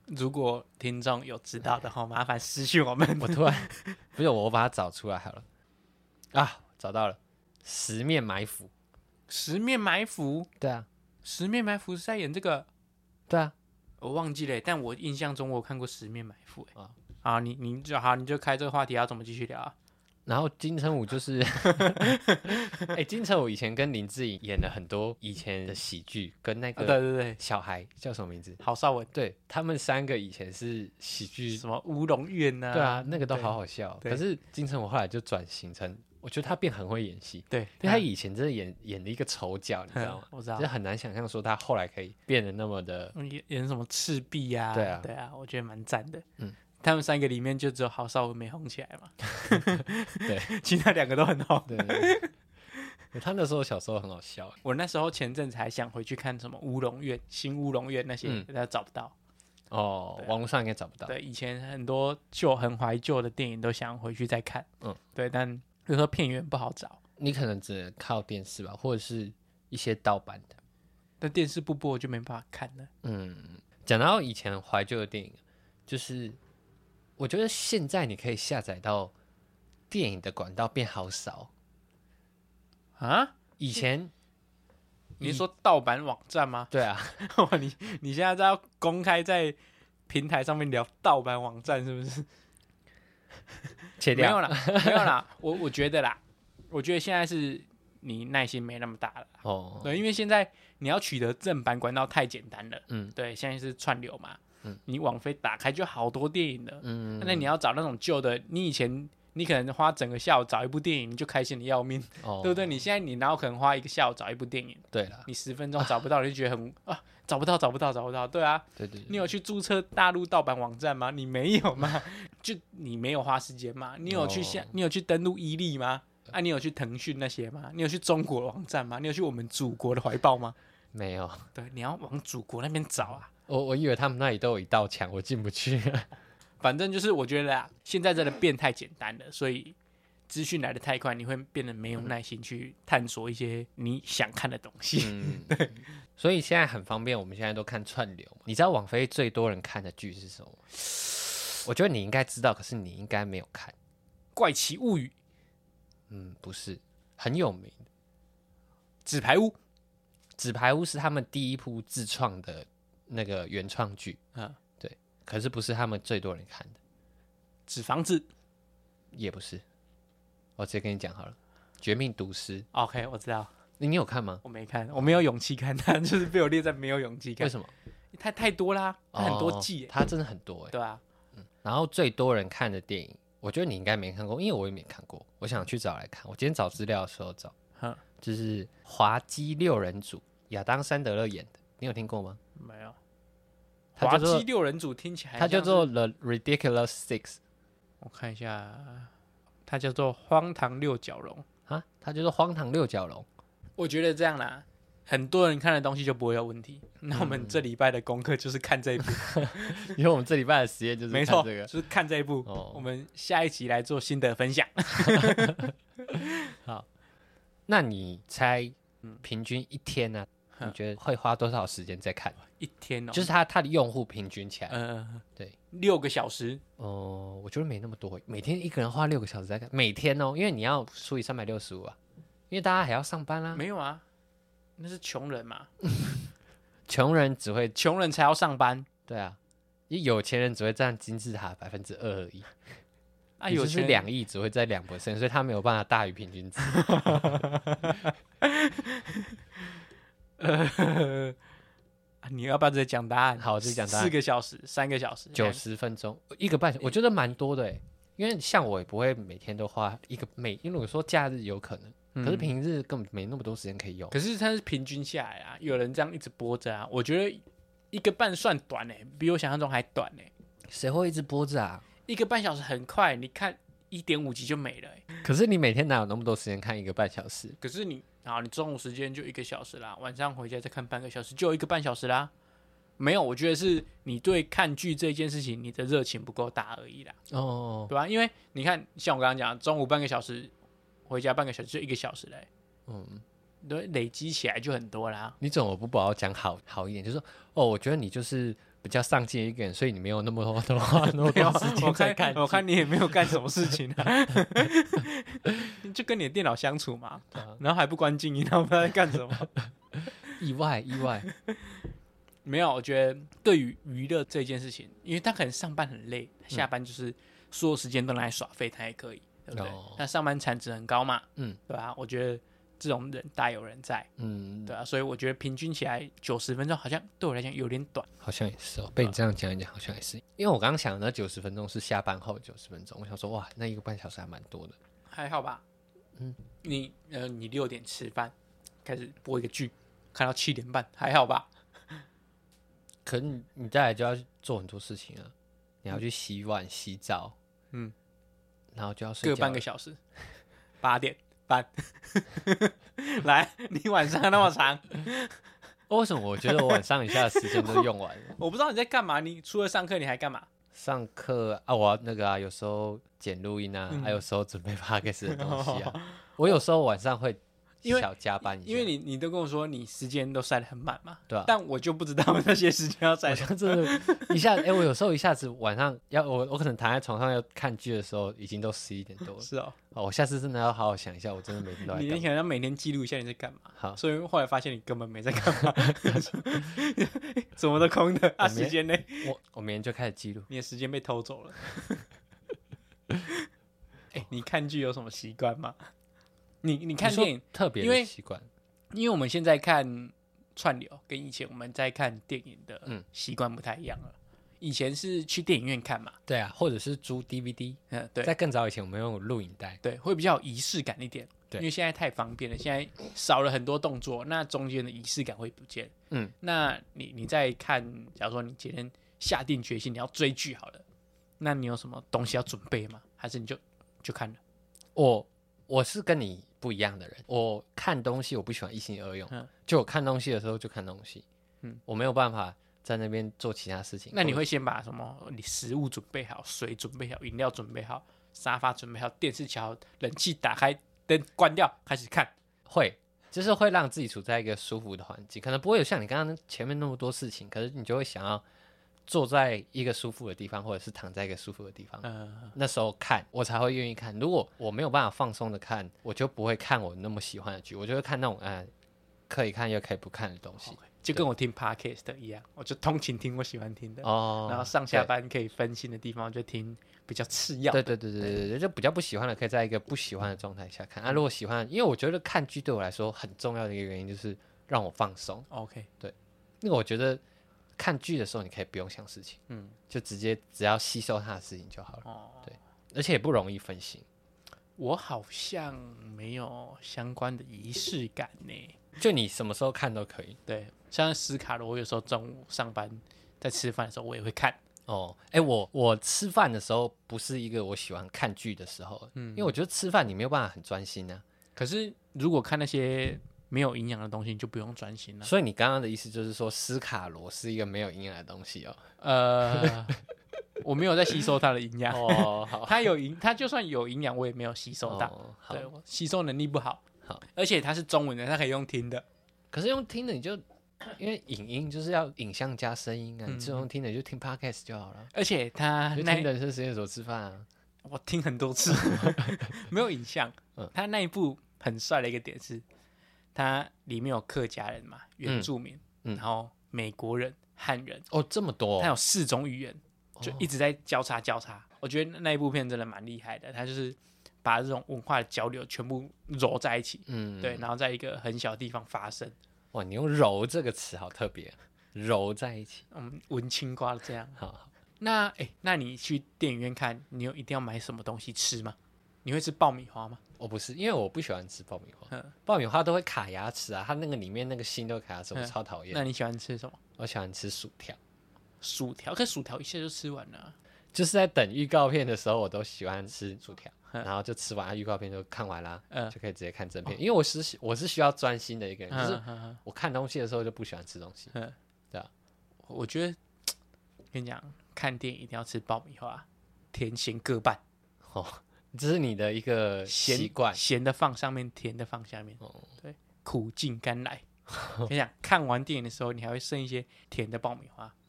如果听众有知道的话，麻烦私讯我们。 我突然不是我把它找出来好了啊，找到了，十面埋伏。 十面埋伏， 对啊， 十面埋伏是在演这个， 对啊， 我忘记了，但我印象中我有看过十面埋伏。好，你就开这个话题，要怎么继续聊啊？ 然后金城武就是，金城武以前跟林志颖演了很多以前的喜剧，跟那个对小孩叫什么名字？ 郝邵文， 对他们3个以前是喜剧， 什么乌龙院啊？ 对啊，那个都好好笑。可是金城武后来就转型成，我觉得他变很会演戏， 对， 因为他以前真的演了一个丑角，你知道吗？ 我知道， 就很难想象说他后来可以变得那么的演什么赤壁啊？对啊，我觉得蛮赞的。他们3个里面就只有郝邵文没红起来嘛， 对， 其他2个都很红。 对，他那时候小时候很好笑。 我那时候前阵子还想回去看什么乌龙院、新乌龙院那些，但找不到。 网络上应该找不到。 对，以前很多很怀旧的电影都想回去再看。对，但有时候片源不好找， 你可能只能靠电视吧，或者是一些盗版的。 但电视不播就没办法看了。 讲到以前怀旧的电影，就是我觉得现在你可以下载到电影的管道变好少啊！ 以前你是说盗版网站吗？ 对啊， 你现在要公开在平台上面聊盗版网站是不是？ 切掉没有啦，没有啦。我觉得啦，我觉得现在是你耐心没那么大了。对，因为现在你要取得正版管道太简单了。对，现在是串流嘛。你网飞打开就好多电影了。那你要找那种旧的，你以前你可能花整个下午找一部电影，你就开心的要命，对不对？你现在你哪有可能花1个下午找一部电影？对了，你10分钟找不到，你就觉得很找不到。对啊，对，你有去注册大陆盗版网站吗？你没有吗？就你没有花时间吗？你有去登录伊利吗？你有去腾讯那些吗？你有去中国网站吗？你有去我们祖国的怀抱吗？没有。对，你要往祖国那边找啊。我以为他们那里都有一道墙，我进不去。反正就是我觉得啊，现在真的变太简单了，所以资讯来得太快，你会变得没有耐心去探索一些你想看的东西。对，所以现在很方便，我们现在都看串流嘛。你知道网飞最多人看的剧是什么吗？我觉得你应该知道，可是你应该没有看《怪奇物语》。不是，很有名的《纸牌屋》。《纸牌屋》是他们第一部自创的那个原创剧。对，可是不是他们最多人看的。纸房子也不是，我直接跟你讲好了，《绝命毒师》。OK， 我知道。你有看吗？我没看，我没有勇气看，它就是被我列在没有勇气看。为什么？太多啦，它很多季，它真的很多。对啊，然后最多人看的电影，我觉得你应该没看过，因为我也没看过。我想去找来看。我今天找资料的时候找，就是《滑稽6人组》，亚当·山德勒演的，你有听过吗？没有。滑稽6人组听起来，它叫做 The Ridiculous Six。我看一下，它叫做荒唐六角龙啊，它叫做荒唐六角龙。我觉得这样啦，很多人看的东西就不会有问题。那我们这礼拜的功课就是看这一部，因为我们这礼拜的实验就是看这个，没错，就是看这一部。我们下一集来做心得分享。好，那你猜平均一天呢？你觉得会花多少时间在看？一天哦，就是他的用户平均起来，对，6个小时。我觉得没那么多，每天一个人花6个小时在看，每天哦，因为你要除以365啊，因为大家还要上班啦。没有啊，那是穷人嘛，穷人才要上班。对啊，有钱人只会占金字塔2%而已。有钱人2亿只会在2%，所以他没有办法大于平均值。你要不要直接讲答案？好，直接讲答案。4个小时、3个小时、90分钟、1个半小时，我觉得蛮多的哎。因为像我也不会每天都花因为我说假日有可能，可是平日根本没那么多时间可以用。可是它是平均下来啊，有人这样一直播着啊，我觉得1个半算短哎，比我想象中还短哎。谁会一直播着啊？1个半小时很快，你看1.5集就没了。可是你每天哪有那么多时间看1个半小时？可是你中午时间就1个小时啦，晚上回家再看半个小时，就有1个半小时啦。没有，我觉得是你对看剧这件事情你的热情不够大而已啦。对吧？因为你看，像我刚刚讲，中午半个小时，回家半个小时，就1个小时嘞。对，累积起来就很多啦。你怎么不把我讲好一点？就是说，我觉得你就是比较上进一个人，所以你没有那么多花那么多时间在看剧。 我看你也没有干什么事情啊，就跟你的电脑相处嘛，然后还不关静音，然后不知道在干什么。 意外， 没有，我觉得对于娱乐这件事情，因为他可能上班很累，下班就是所有时间都拿来耍废，他也可以，对不对？他上班产值很高嘛，对吧？我觉得这种人大有人在，对啊，所以我觉得平均起来90分钟好像对我来讲有点短， 好像也是哦。被你这样讲一讲，好像也是，因为我刚刚想的那90分钟是下班后90分钟，我想说哇，那1个半小时还蛮多的， 还好吧？你6点吃饭，开始播一个剧，看到7点半，还好吧？ 可是你再来就要做很多事情啊，你要去洗碗、洗澡，然后就要睡觉， 各半个小时，8点半。来，你晚上那么长， 为什么我觉得我晚上以下的时间都用完了？ 我不知道你在干嘛，你除了上课你还干嘛？ 上课啊，我那个啊，有时候剪录音啊，还有时候准备 podcast 的东西啊。我有时候晚上会小加班一下， 因为你都跟我说你时间都塞得很满嘛， 对啊， 但我就不知道那些时间要塞得。 真的，一下我有时候一下子晚上我可能躺在床上要看剧的时候，已经都11点多了。 是哦， 我下次真的要好好想一下，我真的每天都在干嘛。 你可能要每天记录一下你在干嘛。 好， 所以后来发现你根本没在干嘛，什么都空的啊，时间内我明天就开始记录， 你的时间被偷走了。你看剧有什么习惯吗？你看电影特别的习惯， 因为我们现在看串流，跟以前我们在看电影的习惯不太一样了。以前是去电影院看嘛， 对啊，或者是租 DVD， 对， 在更早以前我们用录影带， 对，会比较有仪式感一点。 对， 因为现在太方便了，现在少了很多动作，那中间的仪式感会不见。那你在看，假如说你今天下定决心你要追剧好了，那你有什么东西要准备吗？还是你就看了？ 我是跟你不一样的人，我看东西我不喜欢一心二用，就我看东西的时候就看东西，我没有办法在那边做其他事情。 那你会先把什么你食物准备好，水准备好，饮料准备好，沙发准备好，电视调好，冷气打开，灯关掉，开始看？ 就是会让自己处在一个舒服的环境，可能不会有像你刚刚前面那么多事情，可是你就会想要坐在一个舒服的地方，或者是躺在一个舒服的地方，那时候看我才会愿意看。如果我没有办法放松的看，我就不会看我那么喜欢的剧，我就会看那种可以看又可以不看的东西。 就跟我听 podcast 一样，我就通勤听我喜欢听的，然后上下班可以分心的地方就听比较次要的。 对，就比较不喜欢的，可以在一个不喜欢的状态下看。如果喜欢，因为我觉得看剧对我来说很重要的一个原因就是让我放松。 OK， 对，因为我觉得看剧的时候你可以不用想事情，就只要吸收它的事情就好了。对，而且也不容易分心。 我好像没有相关的仪式感呢。 就你什么时候看都可以。 对，像斯卡罗，我有时候中午上班在吃饭的时候，我也会看。 我吃饭的时候不是一个我喜欢看剧的时候，因为我觉得吃饭你没有办法很专心啊。 可是如果看那些没有营养的东西，你就不用专心了。 所以你刚刚的意思就是说，斯卡罗是一个没有营养的东西哦？ 我没有在吸收它的营养。 好， 它就算有营养，我也没有吸收到。对，我吸收能力不好。而且它是中文的，它可以用听的。 可是用听的你就因为影音就是要影像加声音啊，你只用听的就听 podcast 就好了。 而且它就听的是实验所吃饭啊， 我听很多次，没有影像。它那一部很帅的一个点是，它里面有客家人嘛，原住民，然后美国人、汉人， 这么多， 它有4种语言，就一直在交叉。我觉得那一部片真的蛮厉害的，它就是把这种文化的交流全部揉在一起，对，然后在一个很小的地方发生。 哇，你用揉这个词好特别，揉在一起， 文青瓜这样。 好， 那你去电影院看，你一定要买什么东西吃吗？你会吃爆米花吗？ 我不是，因为我不喜欢吃爆米花，爆米花都会卡牙齿啊，它那个里面那个芯都会卡牙齿，我超讨厌。 那你喜欢吃什么？ 我喜欢吃薯条。 可薯条一下就吃完了。 就是在等预告片的时候，我都喜欢吃薯条，然后就吃完预告片就看完啦，就可以直接看正片。因为我是需要专心的一个人，就是我看东西的时候就不喜欢吃东西。对啊， 我觉得跟你讲，看电影一定要吃爆米花，甜咸各半。 这是你的一个习惯， 咸的放上面，甜的放下面。对，苦尽甘来。跟你讲，看完电影的时候，你还会剩一些甜的爆米花。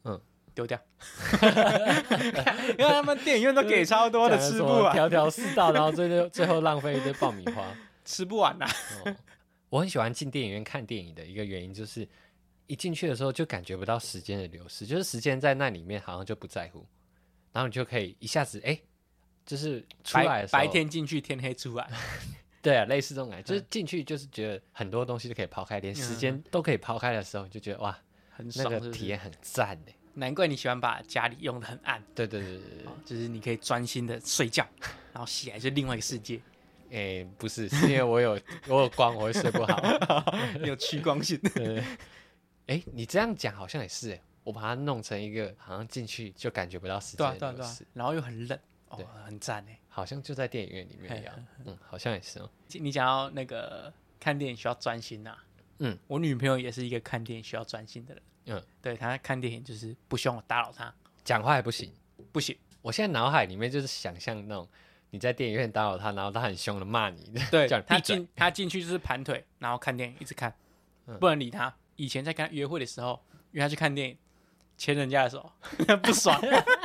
丢掉，因为他们电影院都给超多的，吃不完， 条条四道，然后最后浪费一堆爆米花， 吃不完呐。 我很喜欢进电影院看电影的一个原因就是，一进去的时候就感觉不到时间的流逝，就是时间在那里面好像就不在乎，然后你就可以一下子就是出来的时候白天进去，天黑出来。 对啊，类似这种感觉，就是进去就是觉得很多东西都可以抛开，连时间都可以抛开的时候，你就觉得哇， 很爽， 那个体验很赞的。 难怪你喜欢把家里用得很暗。 对， 就是你可以专心的睡觉，然后起来就另外一个世界。 不是，是因为我有光，我会睡不好。 你有趋光性。 你这样讲好像也是我把它弄成一个好像进去就感觉不到时间的流逝， 然后又很冷，很赞好像就在电影院里面一样。好像也是哦。 你讲到那个看电影需要专心啊，我女朋友也是一个看电影需要专心的人。对，她看电影就是不希望我打扰她， 讲话也不行， 不行。 我现在脑海里面就是想象那种你在电影院打扰她，然后她很凶的骂你， 对， 叫你闭嘴。 她进去就是盘腿，然后看电影，一直看，不能理她。以前在跟她约会的时候，约她去看电影，牵人家的手，不爽。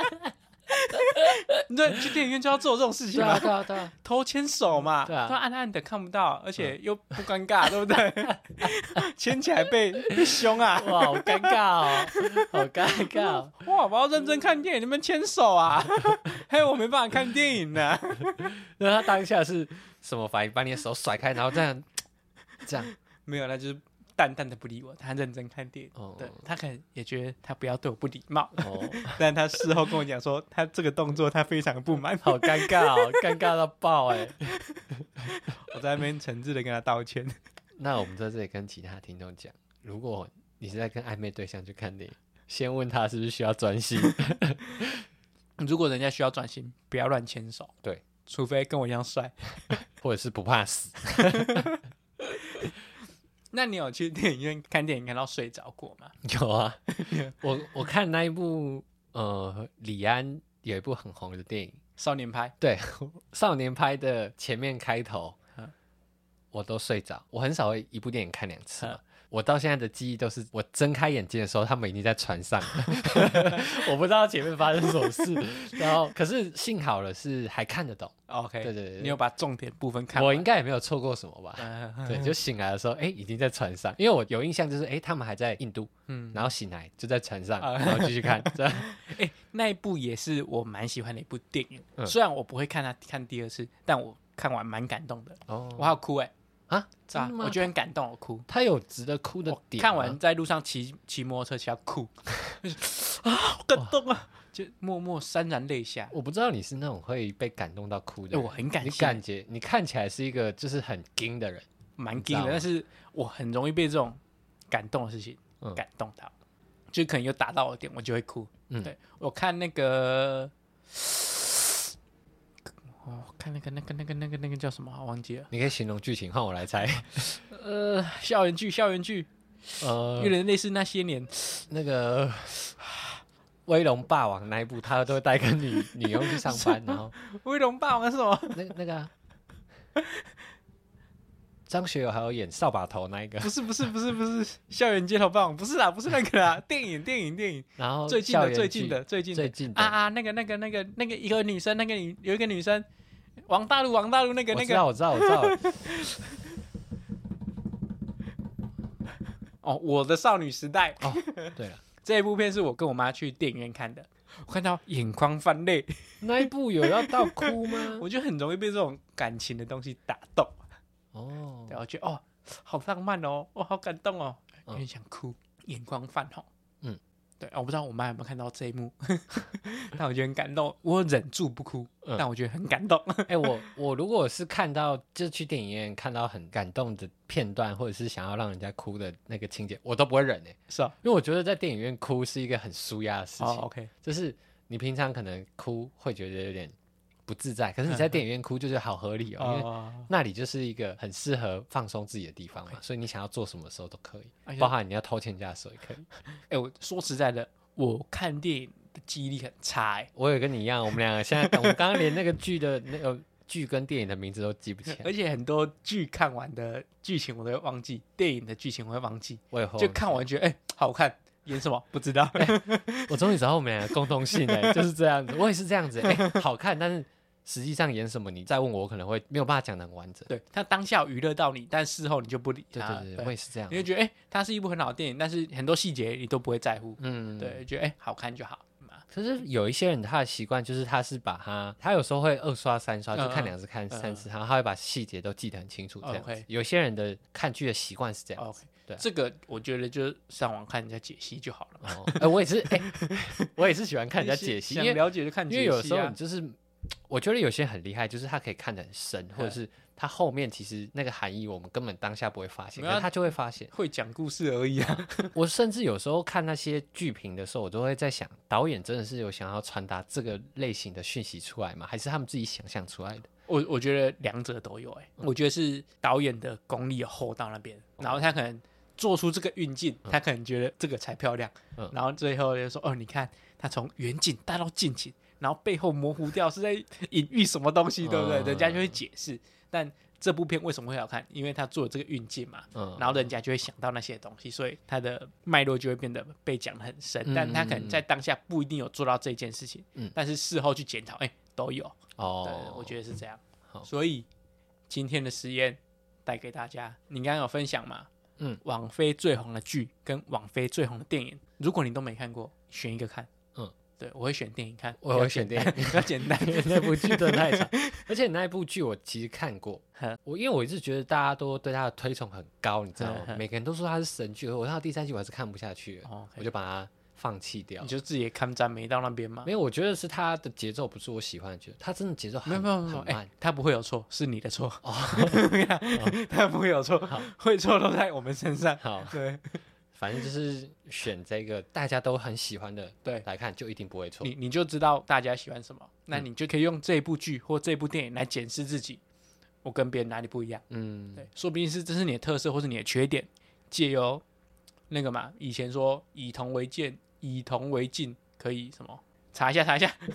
对，去电影院就要做这种事情嘛， 对啊， 偷牵手嘛， 对啊， 都暗暗的看不到，而且又不尴尬，对不对？牵起来被凶啊， 哇，好尴尬哦，好尴尬哦。 哇，我要认真看电影，你们牵手啊，还有我没办法看电影呢。 那他当下是什么反应？把你的手甩开，然后这样， 没有，那就是淡淡的不理我，他认真看电影。对，他可能也觉得他不要对我不礼貌，但他事后跟我讲说，他这个动作他非常不满， 好尴尬哦，尴尬到爆我在那边诚挚的跟他道歉。 那我们在这里跟其他听众讲，如果你是在跟暧昧对象去看电影，先问他是不是需要专心。 如果人家需要专心，不要乱牵手。 对， 除非跟我一样帅， 或者是不怕死。 那你有去电影院看电影看到睡着过吗？ 有啊，我看那一部李安有一部很红的电影《 少年派》。 对，少年派的前面开头，我都睡着。我很少会一部电影看2次嘛。我到现在的记忆都是我睁开眼睛的时候，他们已经在船上了。我不知道前面发生什么事，然后可是幸好了是还看得懂。 OK， 对， 你有把重点部分看完。 我应该也没有错过什么吧？对，就醒来的时候，已经在船上，因为我有印象就是他们还在印度，然后醒来就在船上，然后继续看。 那一部也是我蛮喜欢的一部电影，虽然我不会看第二次，但我看完蛮感动的。我还有哭真的吗？ 我觉得很感动，我哭。 他有值得哭的点吗？ 看完在路上骑摩托车骑到哭，好感动啊！就默默潸然泪下。 我不知道你是那种会被感动到哭的人。 我很感谢。你看起来是一个就是很硬的人， 蛮硬的，但是我很容易被这种感动的事情感动到，就可能有打到我的点，我就会哭。对，我看那个。看那个叫什么？我忘记了。 你可以形容剧情，换我来猜。 校园剧，有点类似那些年那个《威龙霸王》那一部，他都会带个女佣去上班，然后威龙霸王是什么？ 那个张学友还有演扫把头那一个？ 不是，校园街头霸王不是啦，不是那个啦，电影。然后最近的啊，那个一个女生，有一个女生。王大陆那个， 我知道。 我的少女时代。 对了， 这一部片是我跟我妈去电影院看的，我看到眼眶泛泪。 那一部有要到哭吗？ 我觉得很容易被这种感情的东西打动。对，我觉得好浪漫哦，好感动哦，有点想哭，眼眶泛红。对，我不知道我妈有没有看到这一幕，但我觉得很感动，我忍住不哭，但我觉得很感动。 我如果是看到就去电影院看到很感动的片段，或者是想要让人家哭的那个情节，我都不会忍是啊， 因为我觉得在电影院哭是一个很舒压的事情。 OK， 就是你平常可能哭会觉得有点不自在，可是你在电影院哭就是好合理因为那里就是一个很适合放松自己的地方嘛，所以你想要做什么时候都可以，包含你要偷钱家的时候也可以。 我说实在的，我看电影的记忆力很差我也跟你一样，我们两个现在我们刚刚连那个剧的那个剧跟电影的名字都记不起来， 而且很多剧看完的剧情我都会忘记，电影的剧情我会忘记， 我也会就看完觉得好看， 演什么不知道。 我终于找到我们俩的共同性了，就是这样子。我也是这样子，好看，但是实际上演什么，你再问我，我可能会没有办法讲得很完整。 对，他当下娱乐到你，但事后你就不理他。 对，我也是这样。 你会觉得它是一部很好的电影，但是很多细节你都不会在乎。对，觉得好看就好。 可是有一些人他的习惯就是他是把他有时候会2刷3刷，就看2次看3次，然后他会把细节都记得很清楚这样子。有些人的看剧的习惯是这样子。对， 这个我觉得就上网看人家解析就好了。 我也是，我也是喜欢看人家解析， 想了解就看解析。 因为有时候你就是，我觉得有些人很厉害，就是他可以看得很深，或者是他后面其实那个含义我们根本当下不会发现，可是他就会发现， 会讲故事而已啊。 我甚至有时候看那些剧评的时候，我都会在想，导演真的是有想要传达这个类型的讯息出来吗？还是他们自己想象出来的？ 我觉得两者都有。我觉得是导演的功力有厚到那边，然后他可能做出这个运镜，他可能觉得这个才漂亮，然后最后就说你看他从远景带到近景，然后背后模糊掉是在隐喻什么东西，对不对？人家就会解释。但这部片为什么会好看？因为他做了这个运镜嘛，然后人家就会想到那些东西，所以他的脉络就会变得被讲得很深。但他可能在当下不一定有做到这件事情，但是事后去检讨，都有。对，我觉得是这样。所以今天的实验带给大家，你刚刚有分享嘛？网飞最红的剧跟网飞最红的电影，如果你都没看过，选一个看。对，我会选电影看， 我会选电影， 比较简单。 那部剧真的太长，而且那一部剧我其实看过，因为我一直觉得大家都对它的推崇很高，你知道吗？每个人都说它是神剧，我看到第3季我还是看不下去了，我就把它放弃掉。 你就自己也看站没到那边吗？ 没有，我觉得是它的节奏不是我喜欢的节奏，它真的节奏很慢， 它不会有错，是你的错。它不会有错，会错都在我们身上。 好， 对。 反正就是选这个大家都很喜欢的来看，就一定不会错。 你就知道大家喜欢什么，那你就可以用这部剧或这部电影来检视自己，我跟别人哪里不一样。对，说不定这是你的特色或是你的缺点，借由那个嘛，以前说以铜为鉴，以铜为镜，可以什么？查一下。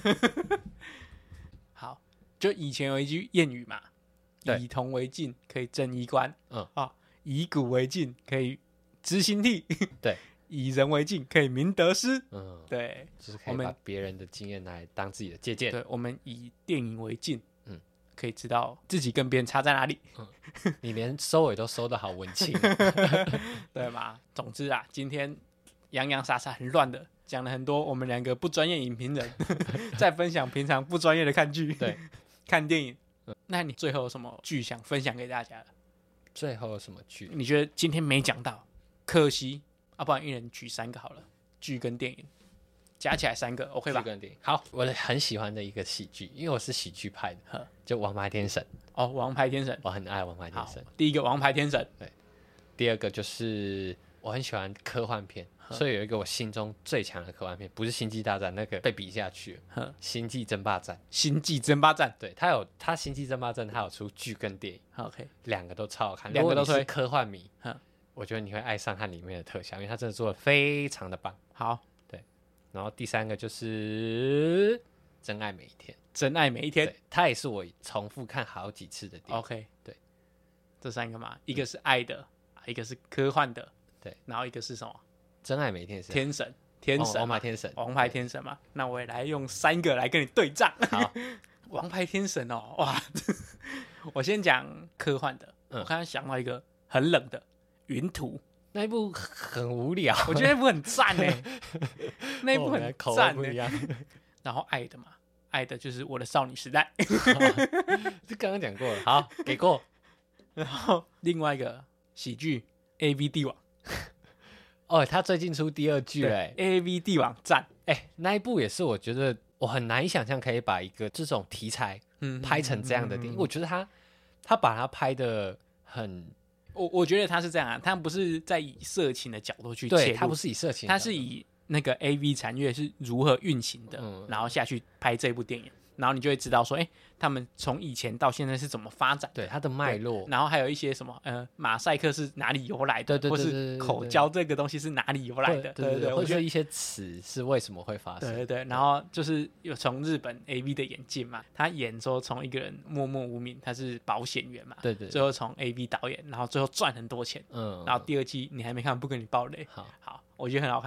好，就以前有一句谚语嘛，以铜为镜可以正衣冠，以古为镜可以知兴替， 对， 以人为镜可以明得失，对， 就是可以把别人的经验来当自己的借鉴。 对，我们以电影为镜，可以知道自己跟别人差在哪里。 你连收尾都收得好文青， 对吧？总之啊，今天洋洋洒洒很乱的讲了很多，我们2个不专业影评人在分享平常不专业的看剧， 对， 看电影。那你最后有什么剧想分享给大家的？ 最后有什么剧？ 你觉得今天没讲到？可惜不然一人举3个好了，剧跟电影加起来3个 OK 吧？ 剧跟电影好，我很喜欢的一个喜剧，因为我是喜剧派的，就《王牌天神》。 王牌天神， 我很爱《王牌天神》。 第一个《王牌天神》， 对。第二个就是我很喜欢科幻片，所以有一个我心中最强的科幻片，不是《星际大战》，那个被比下去了，《星际争霸战》。 星际争霸战， 对，它《星际争霸战》，它有出剧跟电影 ，OK， 2个都超好看， 2个都推。 科幻迷，我觉得你会爱上它里面的特效，因为它真的做的非常的棒。 好， 对。然后第3个就是《真爱每一天》， 真爱每一天， 它也是我重复看好几次的电影。 OK， 对， 这3个嘛，一个是爱的，一个是科幻的， 对， 然后一个是什么？ 真爱每一天是天神， 王牌天神， 王牌天神嘛。那我也来用3个来跟你对战。 好， 王牌天神哦，哇！我先讲科幻的，我刚刚想到一个很冷的。云图那一部很无聊， 我觉得那部很赞欸，那一部很赞欸。然后爱的嘛，爱的就是我的少女时代， 这刚刚讲过了，好，给过。 然后另外一个喜剧 AV 帝王， 他最近出第2季了 ，AV 帝王赞， 那一部也是我觉得我很难以想象可以把一个这种题材拍成这样的电影，我觉得他把它拍的很。 我觉得他是这样啊，他不是在以色情的角度去切入， 对，他不是以色情， 他是以那个 AV 产业是如何运行的，然后下去拍这部电影，然后你就会知道说，他们从以前到现在是怎么发展， 对它的脉络， 然后还有一些什么马赛克是哪里由来的， 对， 或是口交这个东西是哪里由来的，对， 或者一些词是为什么会发生， 对，然后就是有从日本 AV 的演进嘛，他演说从一个人默默无名，他是保险员嘛， 对， 最后从 AV 导演，然后最后赚很多钱，然后第2季你还没看，不跟你爆雷，好，我觉得很好看，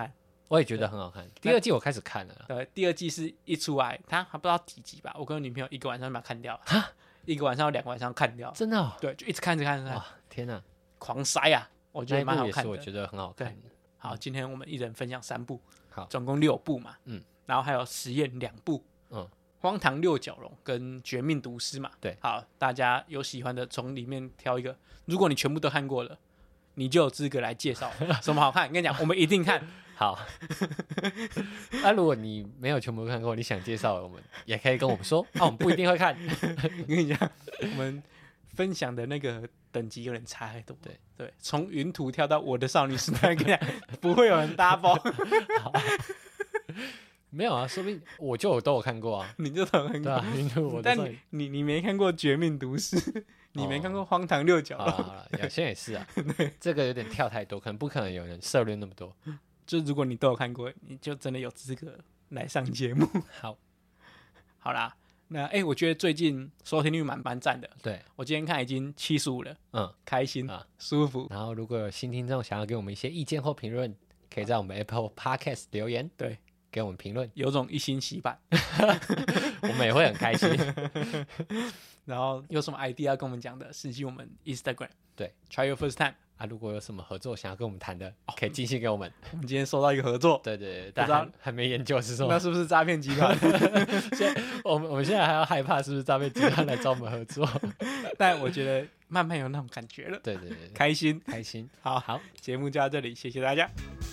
我也觉得很好看。第二季我开始看了。 对，第二季是一出来，他还不知道几集吧？我跟我女朋友一个晚上就把它看掉了。一个晚上、2个晚上看掉。 真的、哦？ 对，就一直看。哇， 天哪！ 狂塞啊！我觉得蛮好看的。 我觉得很好看。 好，今天我们一人分享3部， 好， 总共6部嘛。然后还有实验2部。荒唐六角龙跟绝命毒师嘛。 对， 好，大家有喜欢的从里面挑一个。如果你全部都看过了，你就有资格来介绍什么好看。跟你讲，我们一定看。 好，那如果你没有全部看过，你想介绍我们，也可以跟我们说。我们不一定会看。 跟你讲，我们分享的那个等级有点差很多。对，从云图跳到我的少女时代，跟你讲，不会有人double。 没有啊，说不定我都有看过啊。 你就都有看过。 对啊， 但你没看过《绝命毒师》，你没看过《荒唐六角龙》。 好了，好像也是啊。这个有点跳太多，不可能有人涉猎那么多。 就如果你都有看过，你就真的有资格来上节目。好啦，那我觉得最近收听率蛮赞的。 对， 我今天看已经75了。开心舒服。 然后如果有新听众想要给我们一些意见或评论，可以在我们 Apple Podcast 留言。 对。 给我们评论， 有种一星洗版。 我们也会很开心。 然后有什么 idea 要跟我们讲的，私信我们 Instagram。 对 ，Try your first time 啊！如果有什么合作想要跟我们谈的，可以寄信给我们。 我们今天收到一个合作。 对，但还没研究是什么？ 那是不是诈骗集团？ 我们现在还要害怕是不是诈骗集团来找我们合作？ 但我觉得慢慢有那种感觉了。 对， 开心。 好， 节目就到这里，谢谢大家。